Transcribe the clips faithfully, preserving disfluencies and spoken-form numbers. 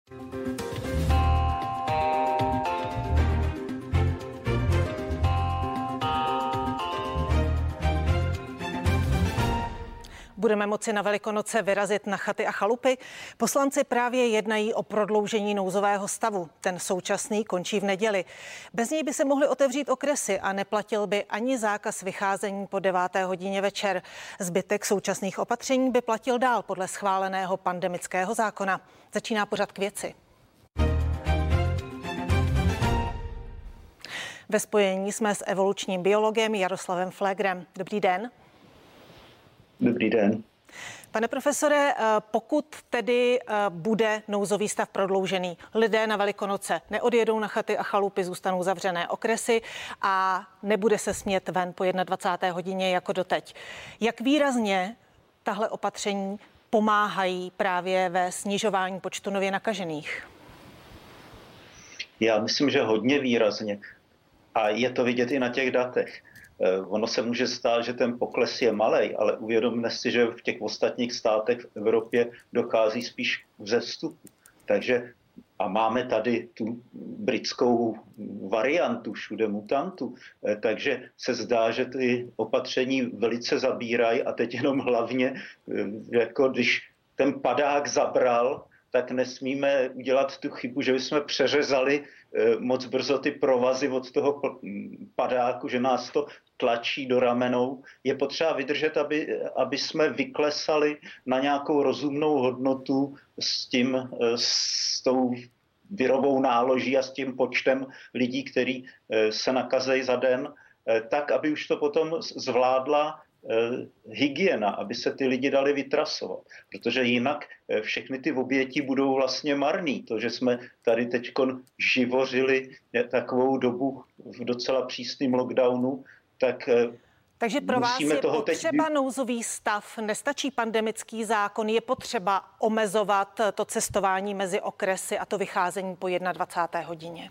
Budeme moci na Velikonoce vyrazit na chaty a chalupy? Poslanci právě jednají o prodloužení nouzového stavu. Ten současný končí v neděli. Bez něj by se mohly otevřít okresy a neplatil by ani zákaz vycházení po deváté hodině večer. Zbytek současných opatření by platil dál podle schváleného pandemického zákona. Začíná pořad K věci. Ve spojení jsme s evolučním biologem Jaroslavem Flégrem. Dobrý den. Dobrý den. Pane profesore, pokud tedy bude nouzový stav prodloužený, lidé na Velikonoce neodjedou na chaty a chalupy, zůstanou zavřené okresy a nebude se smět ven po dvacáté jedné hodině jako doteď. Jak výrazně tahle opatření pomáhají právě ve snižování počtu nově nakažených? Já myslím, že hodně výrazně. A je to vidět i na těch datech. Ono se může stát, že ten pokles je malej, ale uvědomme si, že v těch ostatních státech v Evropě dochází spíš k vzestupu. Takže a máme tady tu britskou variantu všude mutantu, takže se zdá, že ty opatření velice zabírají a teď jenom hlavně, jako když ten padák zabral, tak nesmíme udělat tu chybu, že bychom přeřezali moc brzo ty provazy od toho padáku, že nás to tlačí do ramenou. Je potřeba vydržet, aby, aby jsme vyklesali na nějakou rozumnou hodnotu s tím, s tou virovou náloží a s tím počtem lidí, který se nakazejí za den, tak, aby už to potom zvládla hygiena, aby se ty lidi dali vytrasovat. Protože jinak všechny ty oběti budou vlastně marný. To, že jsme tady teďkon živořili takovou dobu v docela přísném lockdownu, tak takže pro vás je toho potřeba teď... nouzový stav, nestačí pandemický zákon, je potřeba omezovat to cestování mezi okresy a to vycházení po dvacáté jedné hodině?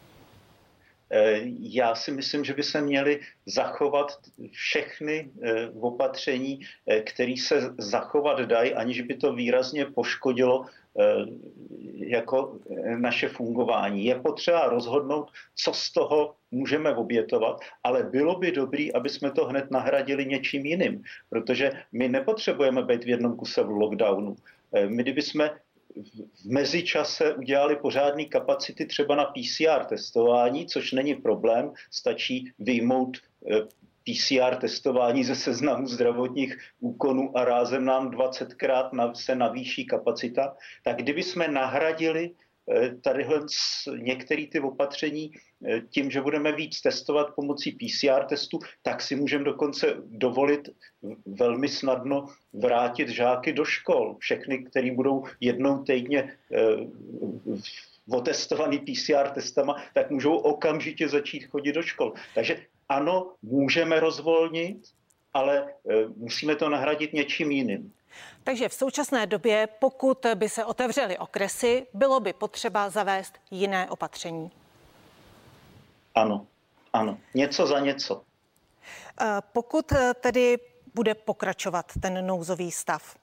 Já si myslím, že by se měly zachovat všechny opatření, které se zachovat dají, aniž by to výrazně poškodilo jako naše fungování. Je potřeba rozhodnout, co z toho můžeme obětovat, ale bylo by dobré, aby jsme to hned nahradili něčím jiným, protože my nepotřebujeme být v jednom kuse v lockdownu. My kdybychom v mezičase udělali pořádné kapacity třeba na P C R testování, což není problém, stačí vyjmout P C R testování ze seznamu zdravotních úkonů a rázem nám dvacetkrát se navýší kapacita, tak kdyby jsme nahradili tadyhle některé ty opatření tím, že budeme víc testovat pomocí P C R testu, tak si můžeme dokonce dovolit velmi snadno vrátit žáky do škol. Všechny, který budou jednou týdně otestovaný P C R testama, tak můžou okamžitě začít chodit do škol. Takže ano, můžeme rozvolnit, ale musíme to nahradit něčím jiným. Takže v současné době, pokud by se otevřely okresy, bylo by potřeba zavést jiné opatření. Ano, ano, něco za něco. Pokud tedy bude pokračovat ten nouzový stav,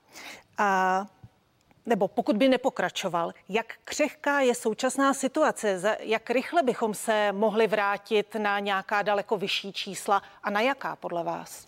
nebo pokud by nepokračoval, jak křehká je současná situace, jak rychle bychom se mohli vrátit na nějaká daleko vyšší čísla a na jaká podle vás?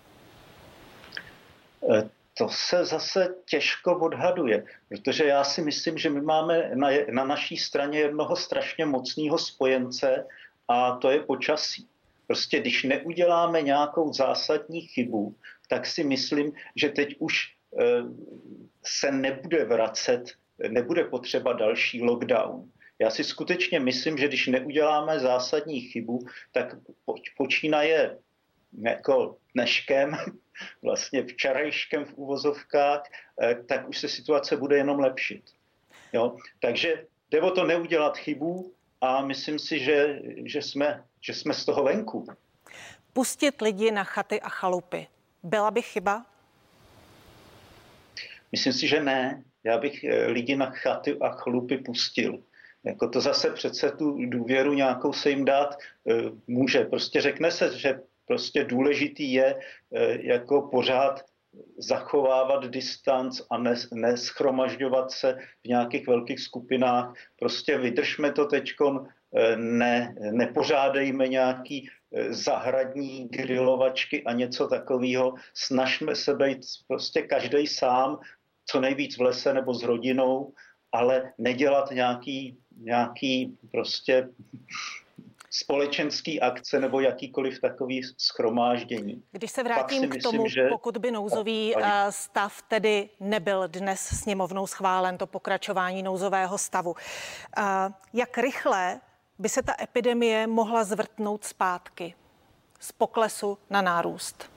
E- To se zase těžko odhaduje, protože já si myslím, že my máme na, na naší straně jednoho strašně mocného spojence a to je počasí. Prostě když neuděláme nějakou zásadní chybu, tak si myslím, že teď už e, se nebude vracet, nebude potřeba další lockdown. Já si skutečně myslím, že když neuděláme zásadní chybu, tak po, počínaje jako dneškem, vlastně včerejškem v uvozovkách, tak už se situace bude jenom lepšit. Jo? Takže jde o to neudělat chybu a myslím si, že, že, jsme, že jsme z toho venku. Pustit lidi na chaty a chalupy. Byla by chyba? Myslím si, že ne. Já bych lidi na chaty a chalupy pustil. Jako to zase přece tu důvěru nějakou se jim dát může. Prostě řekne se, že prostě důležitý je jako pořád zachovávat distanc a neschromažďovat se v nějakých velkých skupinách. Prostě vydržme to teďkon, ne, nepořádejme nějaký zahradní grilovačky a něco takového. Snažme se být prostě každej sám, co nejvíc v lese nebo s rodinou, ale nedělat nějaký, nějaký prostě společenský akce nebo jakýkoliv takový shromáždění. Když se vrátím k myslím, tomu, že... pokud by nouzový a... stav tedy nebyl dnes sněmovnou schválen, to pokračování nouzového stavu, jak rychle by se ta epidemie mohla zvrtnout zpátky z poklesu na nárůst?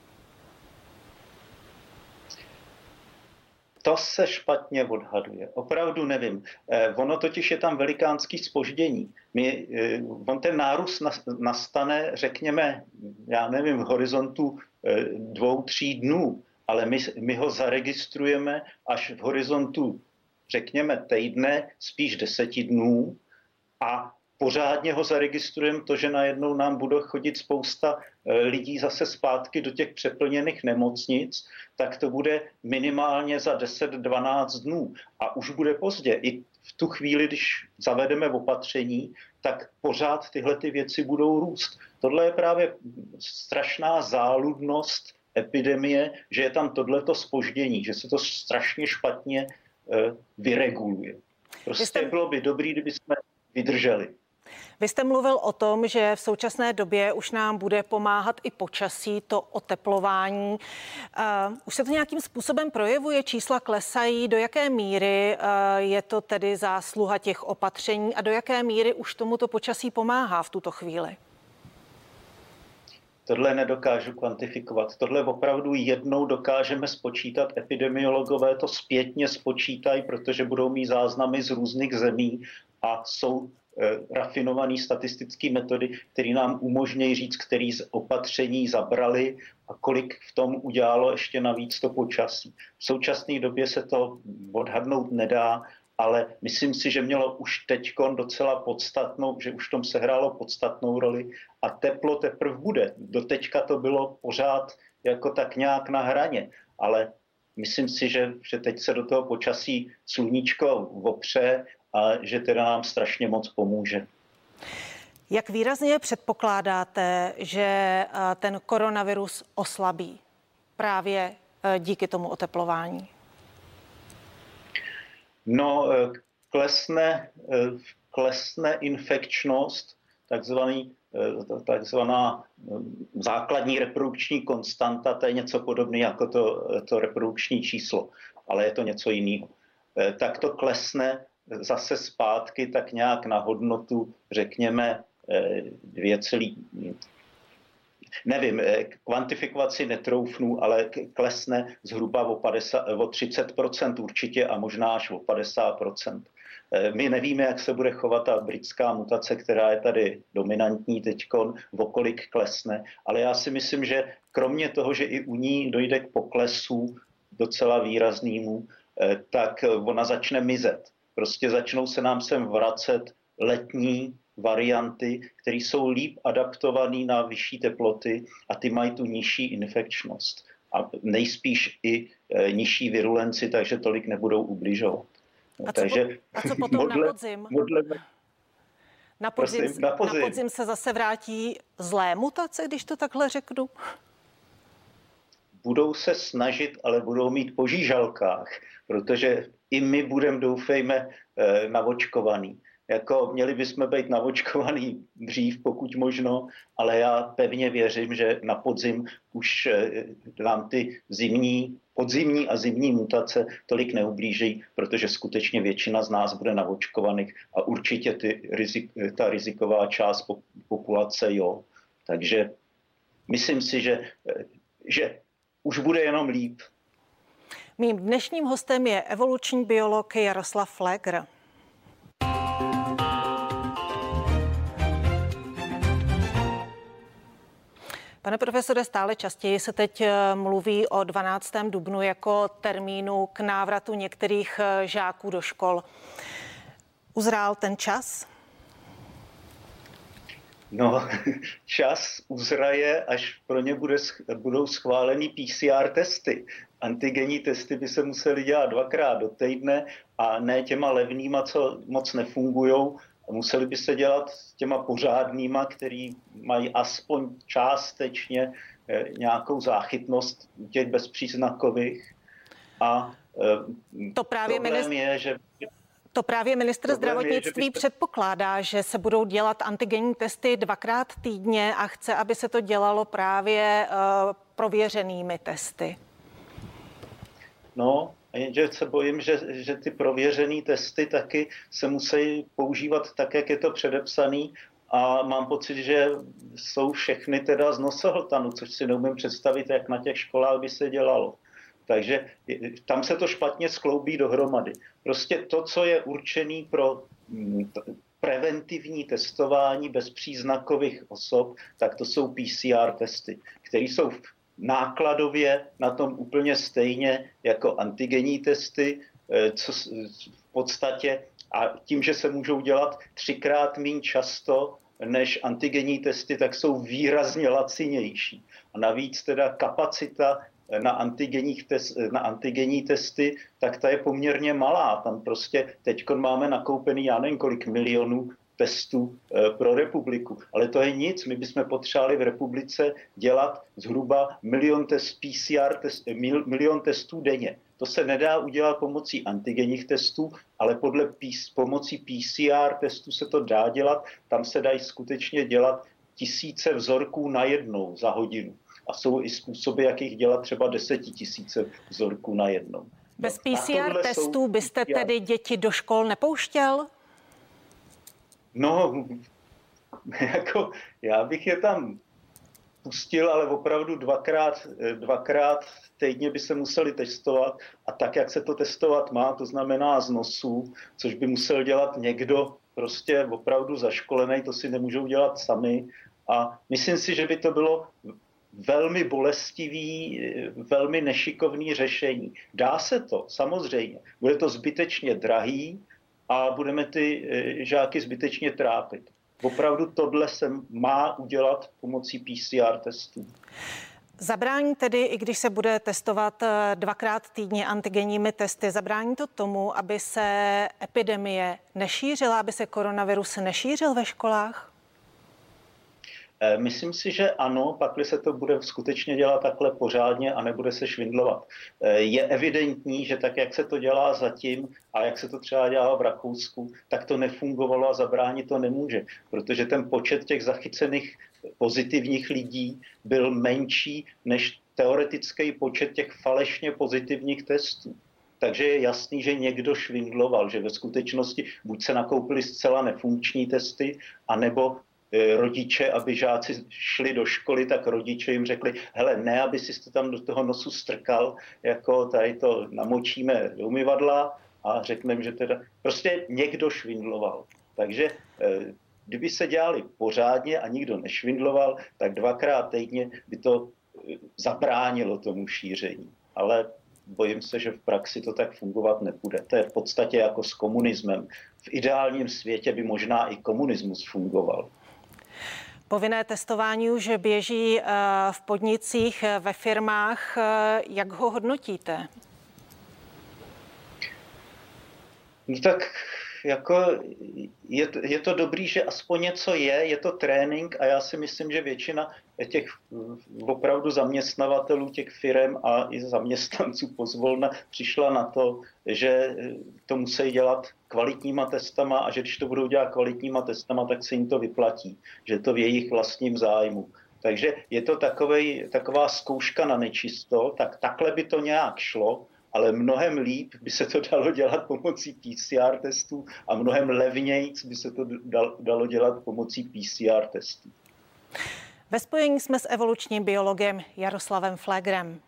To se špatně odhaduje. Opravdu nevím. Eh, ono totiž je tam velikánský zpoždění. My, eh, on ten nárůst nastane, řekněme, já nevím, v horizontu eh, dvou, tří dnů, ale my, my ho zaregistrujeme až v horizontu, řekněme, týdne, spíš deseti dnů a pořádně ho zaregistrujeme to, že najednou nám bude chodit spousta lidí zase zpátky do těch přeplněných nemocnic, tak to bude minimálně za deset dvanáct dnů. A už bude pozdě. I v tu chvíli, když zavedeme opatření, tak pořád tyhle ty věci budou růst. Tohle je právě strašná záludnost epidemie, že je tam tohleto zpoždění, že se to strašně špatně uh, vyreguluje. Prostě jste... bylo by dobrý, kdyby jsme vydrželi. Vy jste mluvil o tom, že v současné době už nám bude pomáhat i počasí, to oteplování. Uh, už se to nějakým způsobem projevuje, čísla klesají, do jaké míry uh, je to tedy zásluha těch opatření a do jaké míry už tomuto počasí pomáhá v tuto chvíli? Tohle nedokážu kvantifikovat. Tohle opravdu jednou dokážeme spočítat. Epidemiologové to zpětně spočítají, protože budou mít záznamy z různých zemí a jsou rafinované statistické metody, které nám umožňují říct, který z opatření zabrali a kolik v tom udělalo ještě navíc to počasí. V současné době se to odhadnout nedá, ale myslím si, že mělo už teďkon docela podstatnou, že už v tom sehrálo podstatnou roli a teplo teprve bude. Doteďka to bylo pořád jako tak nějak na hraně, ale myslím si, že, že teď se do toho počasí sluníčko opře a že teda nám strašně moc pomůže. Jak výrazně předpokládáte, že ten koronavirus oslabí právě díky tomu oteplování? No, klesne, klesne infekčnost, takzvaný, takzvaná základní reprodukční konstanta, to je něco podobné jako to, to reprodukční číslo, ale je to něco jiného. Tak to klesne zase zpátky tak nějak na hodnotu, řekněme, dvě celý, nevím, kvantifikovat si netroufnu, ale klesne zhruba o, padesát, o třicet procent určitě a možná až o padesát procent. My nevíme, jak se bude chovat ta britská mutace, která je tady dominantní teďkon, o kolik klesne, ale já si myslím, že kromě toho, že i u ní dojde k poklesu docela výraznému, tak ona začne mizet. Prostě začnou se nám sem vracet letní varianty, které jsou líp adaptované na vyšší teploty a ty mají tu nižší infekčnost. A nejspíš i e, nižší virulenci, takže tolik nebudou ubližovat. A co, takže, po, a co potom modle, na podzim? Modle, na, podzim prosím, na, podzim. na podzim se zase vrátí zlé mutace, když to takhle řeknu? Budou se snažit, ale budou mít po žížalkách, protože i my budeme, doufejme, navočkovaný. Jako měli bychom být navočkovaný dřív, pokud možno, ale já pevně věřím, že na podzim už nám ty zimní, podzimní a zimní mutace tolik neublíží, protože skutečně většina z nás bude navočkovaných a určitě ty rizik, ta riziková část populace jo. Takže myslím si, že, že už bude jenom líp. Mým dnešním hostem je evoluční biolog Jaroslav Pfleger. Pane profesore, stále častěji se teď mluví o dvanáctého dubnu jako termínu k návratu některých žáků do škol. Uzrál ten čas? No, čas uzraje, až pro ně bude, budou schváleny P C R testy. antigenní testy by se musely dělat dvakrát do týdne a ne těma levnýma, co moc nefungujou. Museli by se dělat těma pořádnýma, který mají aspoň částečně nějakou záchytnost těch bezpříznakových. A to právě problém ministr... je, že... To právě ministr zdravotnictví je, předpokládá, že se budou dělat antigenní testy dvakrát týdně a chce, aby se to dělalo právě uh, prověřenými testy. No, jenže se bojím, že, že ty prověřené testy taky se musí používat tak, jak je to předepsaný, a mám pocit, že jsou všechny teda z nosohltanu, což si neumím představit, jak na těch školách by se dělalo. Takže tam se to špatně skloubí dohromady. Prostě to, co je určený pro preventivní testování bezpříznakových osob, tak to jsou P C R testy, které jsou nákladově na tom úplně stejně jako antigenní testy, co v podstatě, a tím, že se můžou dělat třikrát méně často než antigenní testy, tak jsou výrazně lacinější. A navíc teda kapacita na antigenních test, na antigenní testy, tak ta je poměrně malá. Tam prostě teď máme nakoupený, já nevím kolik milionů testů pro republiku. Ale to je nic. My bychom potřebovali v republice dělat zhruba milion, test, P C R test, mil, milion testů denně. To se nedá udělat pomocí antigenních testů, ale podle pomocí P C R testů se to dá dělat. Tam se dají skutečně dělat tisíce vzorků najednou za hodinu. A jsou i způsoby, jak jich dělat třeba desetitisíce vzorků najednou. Bez P C R testů byste P C R... tedy děti do škol nepouštěl? No, jako já bych je tam pustil, ale opravdu dvakrát, dvakrát týdně by se museli testovat a tak, jak se to testovat má, to znamená z nosů, což by musel dělat někdo prostě opravdu zaškolený, to si nemůžou dělat sami. A myslím si, že by to bylo velmi bolestivý, velmi nešikovný řešení. Dá se to, samozřejmě. Bude to zbytečně drahý a budeme ty žáky zbytečně trápit. Opravdu tohle se má udělat pomocí P C R testů. Zabrání tedy, i když se bude testovat dvakrát týdně antigenními testy, zabrání to tomu, aby se epidemie nešířila, aby se koronavirus nešířil ve školách? Myslím si, že ano, pakli se to bude skutečně dělat takhle pořádně a nebude se švindlovat. Je evidentní, že tak, jak se to dělá zatím a jak se to třeba dělá v Rakousku, tak to nefungovalo a zabránit to nemůže, protože ten počet těch zachycených pozitivních lidí byl menší než teoretický počet těch falešně pozitivních testů. Takže je jasný, že někdo švindloval, že ve skutečnosti buď se nakoupily zcela nefunkční testy, anebo rodiče, aby žáci šli do školy, tak rodiče jim řekli, hele, ne, aby si to tam do toho nosu strkal, jako tady to namočíme do umyvadla a řekneme, že teda prostě někdo švindloval. Takže kdyby se dělali pořádně a nikdo nešvindloval, tak dvakrát týdně by to zabránilo tomu šíření. Ale bojím se, že v praxi to tak fungovat nebude. To je v podstatě jako s komunismem. V ideálním světě by možná i komunismus fungoval. Povinné testování už běží v podnicích, ve firmách. Jak ho hodnotíte? No tak jako je, to, je to dobrý, že aspoň něco je, je to trénink a já si myslím, že většina těch opravdu zaměstnavatelů, těch firem a i zaměstnanců pozvolna přišla na to, že to musí dělat kvalitníma testama a že když to budou dělat kvalitníma testama, tak se jim to vyplatí, že to v jejich vlastním zájmu. Takže je to takovej, taková zkouška na nečisto, tak takhle by to nějak šlo, ale mnohem líp by se to dalo dělat pomocí P C R testů a mnohem levněji by se to dalo dělat pomocí P C R testů. Ve spojení jsme s evolučním biologem Jaroslavem Flegrem.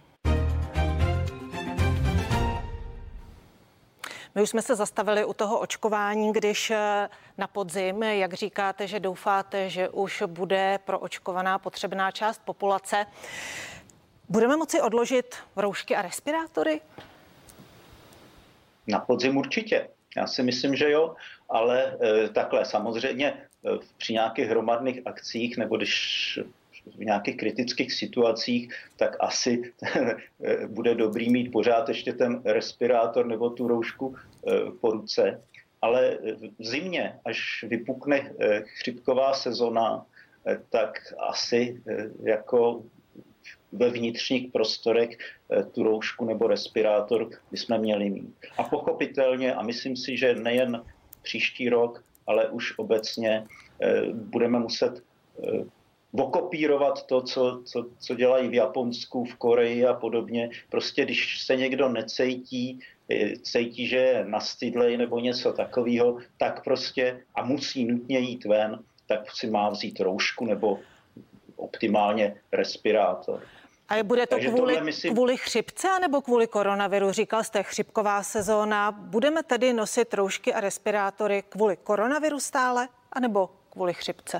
My už jsme se zastavili u toho očkování, když na podzim, jak říkáte, že doufáte, že už bude proočkovaná potřebná část populace. Budeme moci odložit roušky a respirátory? Na podzim určitě. Já si myslím, že jo, ale e, takhle samozřejmě e, při nějakých hromadných akcích, nebo když v nějakých kritických situacích, tak asi bude dobrý mít pořád ještě ten respirátor nebo tu roušku po ruce. Ale v zimě, až vypukne chřipková sezona, tak asi jako ve vnitřních prostorech tu roušku nebo respirátor bychom měli mít. A pochopitelně, a myslím si, že nejen příští rok, ale už obecně budeme muset okopírovat to, co, co, co dělají v Japonsku, v Koreji a podobně. Prostě když se někdo necítí, cítí, že je nastydlej nebo něco takového, tak prostě a musí nutně jít ven, tak si má vzít roušku nebo optimálně respirátor. A bude to kvůli, myslím... kvůli chřipce nebo kvůli koronaviru? Říkal jste chřipková sezóna. Budeme tedy nosit roušky a respirátory kvůli koronaviru stále, anebo kvůli chřipce?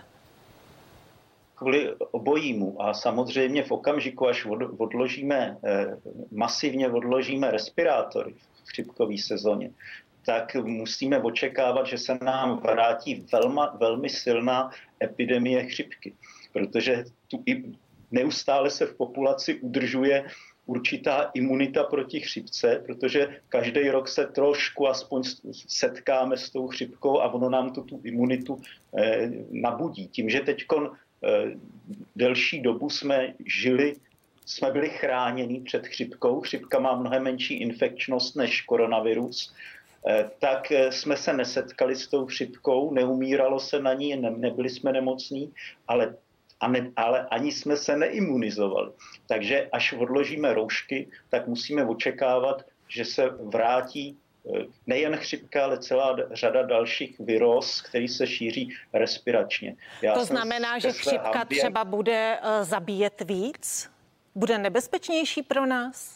Kvůli obojímu. A samozřejmě v okamžiku, až odložíme, masivně odložíme respirátory v chřipkové sezóně, tak musíme očekávat, že se nám vrátí velmi, velmi silná epidemie chřipky. Protože tu i neustále se v populaci udržuje určitá imunita proti chřipce, protože každý rok se trošku aspoň setkáme s tou chřipkou a ono nám tu, tu imunitu eh, nabudí. Tím, že teďkon eh, delší dobu jsme žili, jsme byli chráněni před chřipkou, chřipka má mnohem menší infekčnost než koronavirus, eh, tak eh, jsme se nesetkali s tou chřipkou, neumíralo se na ní, ne, nebyli jsme nemocní, ale A ne, ale ani jsme se neimunizovali. Takže až odložíme roušky, tak musíme očekávat, že se vrátí nejen chřipka, ale celá řada dalších viróz, který se šíří respiračně. Já to znamená, že chřipka hambě... třeba bude uh, zabíjet víc? Bude nebezpečnější pro nás?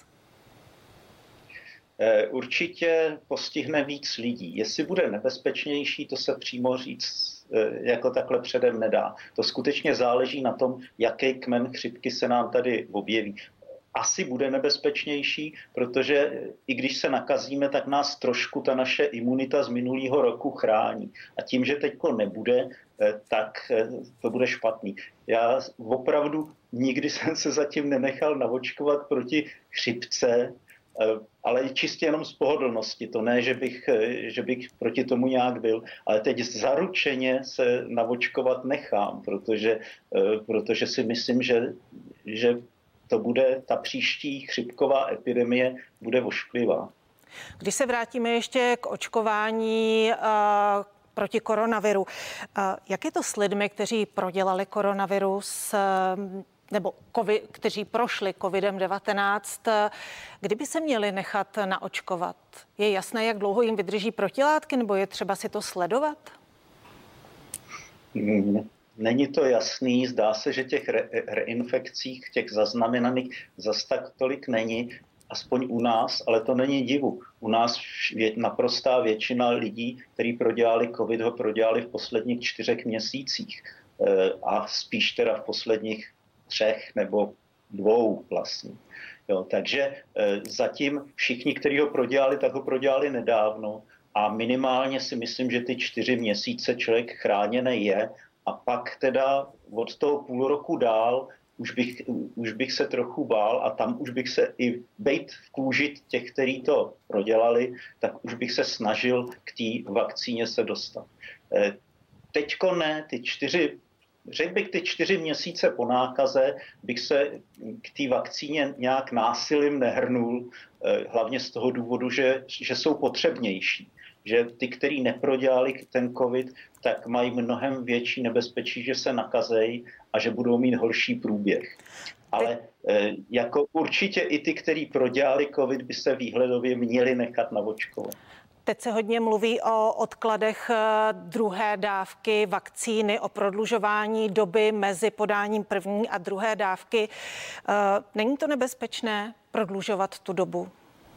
Určitě postihne víc lidí. Jestli bude nebezpečnější, to se přímo říct jako takhle předem nedá. To skutečně záleží na tom, jaký kmen chřipky se nám tady objeví. Asi bude nebezpečnější, protože i když se nakazíme, tak nás trošku ta naše imunita z minulého roku chrání. A tím, že teďko nebude, tak to bude špatný. Já opravdu nikdy jsem se zatím nenechal navočkovat proti chřipce, ale čistě jenom z pohodlnosti. To ne, že bych, že bych proti tomu nějak byl, ale teď zaručeně se navočkovat nechám, protože, protože si myslím, že, že to bude, ta příští chřipková epidemie bude ošklivá. Když se vrátíme ještě k očkování uh, proti koronaviru, uh, jak je to s lidmi, kteří prodělali koronavirus, uh, nebo COVID, kteří prošli covidem devatenáct, kdyby se měli nechat naočkovat? Je jasné, jak dlouho jim vydrží protilátky, nebo je třeba si to sledovat? Není to jasný, zdá se, že těch re- reinfekcích, těch zaznamenaných zas tak tolik není, aspoň u nás, ale to není divu. U nás vě- naprostá většina lidí, kteří prodělali covid, ho prodělali v posledních čtyřech měsících e, a spíš teda v posledních třech nebo dvou vlastně. Jo, takže e, zatím všichni, kteří ho prodělali, tak ho prodělali nedávno a minimálně si myslím, že ty čtyři měsíce člověk chráněný je a pak teda od toho půl roku dál už bych, už bych se trochu bál a tam už bych se i bejt v kůži těch, kteří to prodělali, tak už bych se snažil k té vakcíně se dostat. E, teďko ne, ty čtyři Řekl bych, ty čtyři měsíce po nákaze bych se k té vakcíně nějak násilím nehrnul, hlavně z toho důvodu, že, že jsou potřebnější. Že ty, kteří neprodělali ten covid, tak mají mnohem větší nebezpečí, že se nakazejí a že budou mít horší průběh. Ale jako určitě i ty, kteří prodělali covid, by se výhledově měli nechat naočkovat. Teď se hodně mluví o odkladech druhé dávky vakcíny, o prodlužování doby mezi podáním první a druhé dávky. Není to nebezpečné prodlužovat tu dobu?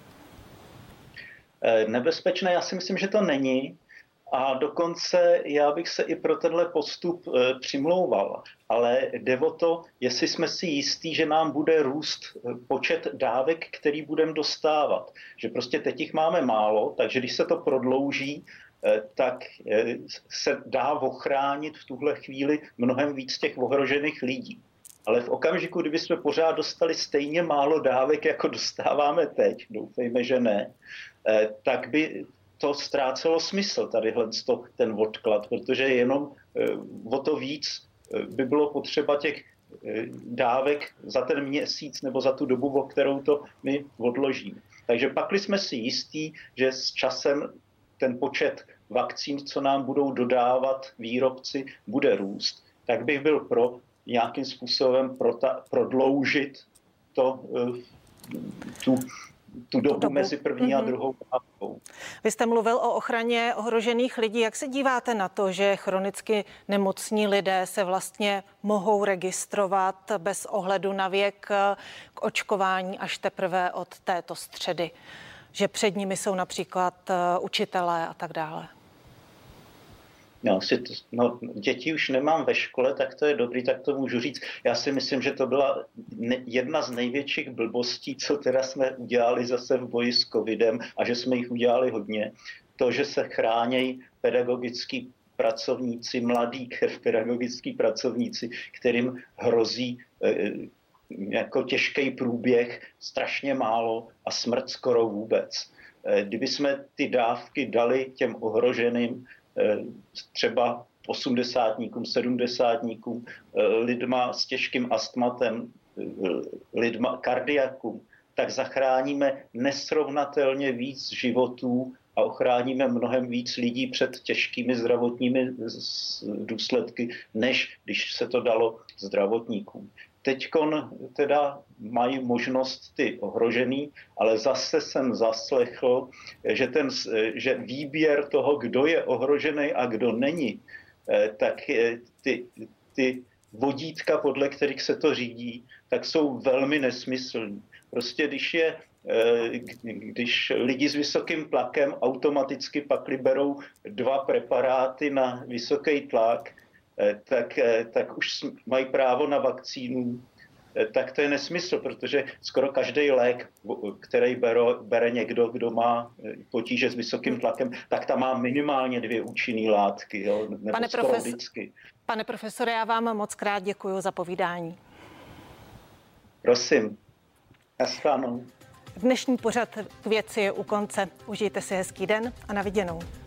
Nebezpečné, já si myslím, že to není. A dokonce já bych se i pro tenhle postup e, přimlouval. Ale jde o to, jestli jsme si jistí, že nám bude růst počet dávek, který budeme dostávat. Že prostě teď jich máme málo, takže když se to prodlouží, e, tak e, se dá ochránit v tuhle chvíli mnohem víc těch ohrožených lidí. Ale v okamžiku, kdyby jsme pořád dostali stejně málo dávek, jako dostáváme teď, doufejme, že ne, tak by to ztrácelo smysl, tadyhle ten odklad, protože jenom o to víc by bylo potřeba těch dávek za ten měsíc nebo za tu dobu, o kterou to my odložíme. Takže pakli jsme si jistí, že s časem ten počet vakcín, co nám budou dodávat výrobci, bude růst, tak bych byl pro nějakým způsobem prota- prodloužit to, tu, tu dobu, dobu mezi první mm-hmm. a druhou dávkou. Vy jste mluvil o ochraně ohrožených lidí. Jak se díváte na to, že chronicky nemocní lidé se vlastně mohou registrovat bez ohledu na věk k očkování až teprve od této středy? Že před nimi jsou například učitelé a tak dále. No, si to, no, děti už nemám ve škole, tak to je dobrý, tak to můžu říct. Já si myslím, že to byla ne, jedna z největších blbostí, co teda jsme udělali zase v boji s covidem a že jsme jich udělali hodně. To, že se chránějí pedagogický pracovníci, mladí pedagogický pracovníci, kterým hrozí e, jako těžký průběh, strašně málo a smrt skoro vůbec. E, kdyby jsme ty dávky dali těm ohroženým, třeba osmdesátníkům, sedmdesátníkům, lidma s těžkým astmatem, lidma kardiakům, tak zachráníme nesrovnatelně víc životů a ochráníme mnohem víc lidí před těžkými zdravotními důsledky, než když se to dalo zdravotníkům. Teďkon teda mají možnost ty ohrožený, ale zase jsem zaslechl, že, ten, že výběr toho, kdo je ohrožený a kdo není, tak ty, ty vodítka, podle kterých se to řídí, tak jsou velmi nesmyslní. Prostě když je když lidi s vysokým tlakem automaticky pakli berou dva preparáty na vysoký tlak, tak, tak už mají právo na vakcínu, tak to je nesmysl, protože skoro každý lék, který bere, bere někdo, kdo má potíže s vysokým tlakem, tak tam má minimálně dvě účinné látky, jo, nebo pane skoro profes- vždycky. Pane profesore, já vám moc krát děkuji za povídání. Prosím, naschledanou. Dnešní pořad K věci je u konce. Užijte si hezký den a na viděnou.